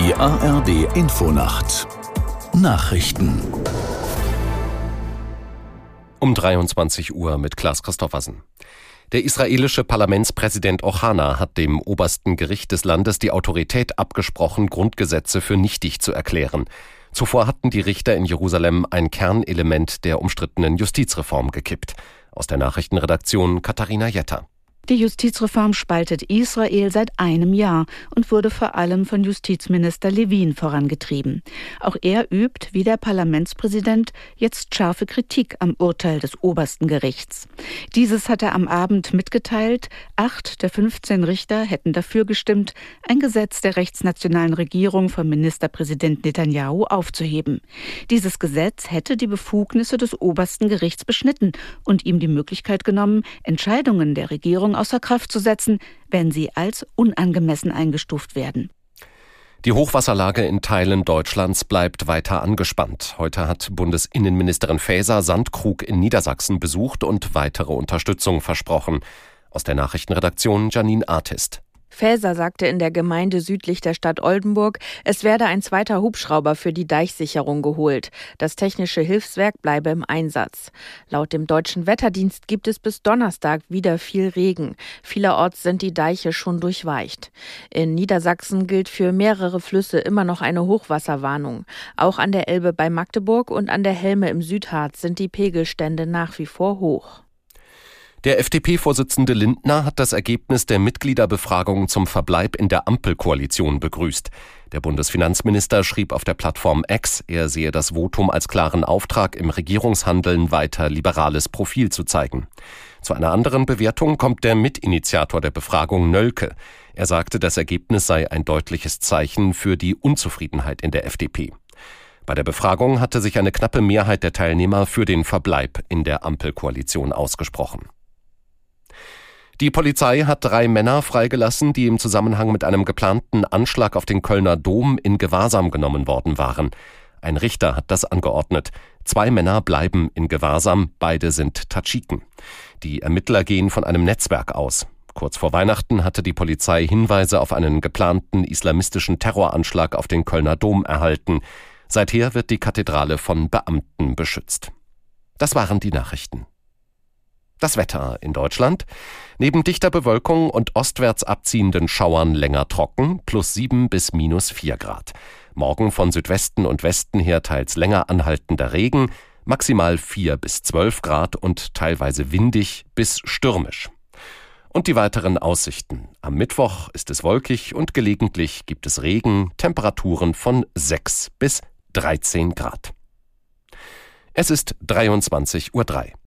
Die ARD Infonacht Nachrichten um 23 Uhr mit Klaas Christoffersen. Der israelische Parlamentspräsident Ochana hat dem obersten Gericht des Landes die Autorität abgesprochen, Grundgesetze für nichtig zu erklären. Zuvor hatten die Richter in Jerusalem ein Kernelement der umstrittenen Justizreform gekippt. Aus der Nachrichtenredaktion Katharina Jetter. Die Justizreform spaltet Israel seit einem Jahr und wurde vor allem von Justizminister Levin vorangetrieben. Auch er übt, wie der Parlamentspräsident, jetzt scharfe Kritik am Urteil des obersten Gerichts. Dieses hat er am Abend mitgeteilt. 8 der 15 Richter hätten dafür gestimmt, ein Gesetz der rechtsnationalen Regierung von Ministerpräsident Netanyahu aufzuheben. Dieses Gesetz hätte die Befugnisse des obersten Gerichts beschnitten und ihm die Möglichkeit genommen, Entscheidungen der Regierung außer Kraft zu setzen, wenn sie als unangemessen eingestuft werden. Die Hochwasserlage in Teilen Deutschlands bleibt weiter angespannt. Heute hat Bundesinnenministerin Faeser Sandkrug in Niedersachsen besucht und weitere Unterstützung versprochen. Aus der Nachrichtenredaktion Janine Artist. Faeser sagte in der Gemeinde südlich der Stadt Oldenburg, es werde ein zweiter Hubschrauber für die Deichsicherung geholt. Das technische Hilfswerk bleibe im Einsatz. Laut dem Deutschen Wetterdienst gibt es bis Donnerstag wieder viel Regen. Vielerorts sind die Deiche schon durchweicht. In Niedersachsen gilt für mehrere Flüsse immer noch eine Hochwasserwarnung. Auch an der Elbe bei Magdeburg und an der Helme im Südharz sind die Pegelstände nach wie vor hoch. Der FDP-Vorsitzende Lindner hat das Ergebnis der Mitgliederbefragung zum Verbleib in der Ampelkoalition begrüßt. Der Bundesfinanzminister schrieb auf der Plattform X, er sehe das Votum als klaren Auftrag, im Regierungshandeln weiter liberales Profil zu zeigen. Zu einer anderen Bewertung kommt der Mitinitiator der Befragung Nölke. Er sagte, das Ergebnis sei ein deutliches Zeichen für die Unzufriedenheit in der FDP. Bei der Befragung hatte sich eine knappe Mehrheit der Teilnehmer für den Verbleib in der Ampelkoalition ausgesprochen. Die Polizei hat 3 Männer freigelassen, die im Zusammenhang mit einem geplanten Anschlag auf den Kölner Dom in Gewahrsam genommen worden waren. Ein Richter hat das angeordnet. 2 Männer bleiben in Gewahrsam, beide sind Tadschiken. Die Ermittler gehen von einem Netzwerk aus. Kurz vor Weihnachten hatte die Polizei Hinweise auf einen geplanten islamistischen Terroranschlag auf den Kölner Dom erhalten. Seither wird die Kathedrale von Beamten beschützt. Das waren die Nachrichten. Das Wetter in Deutschland. Neben dichter Bewölkung und ostwärts abziehenden Schauern länger trocken, +7 bis -4 Grad. Morgen von Südwesten und Westen her teils länger anhaltender Regen, maximal 4 bis 12 Grad und teilweise windig bis stürmisch. Und die weiteren Aussichten. Am Mittwoch ist es wolkig und gelegentlich gibt es Regen, Temperaturen von 6 bis 13 Grad. Es ist 23:03 Uhr.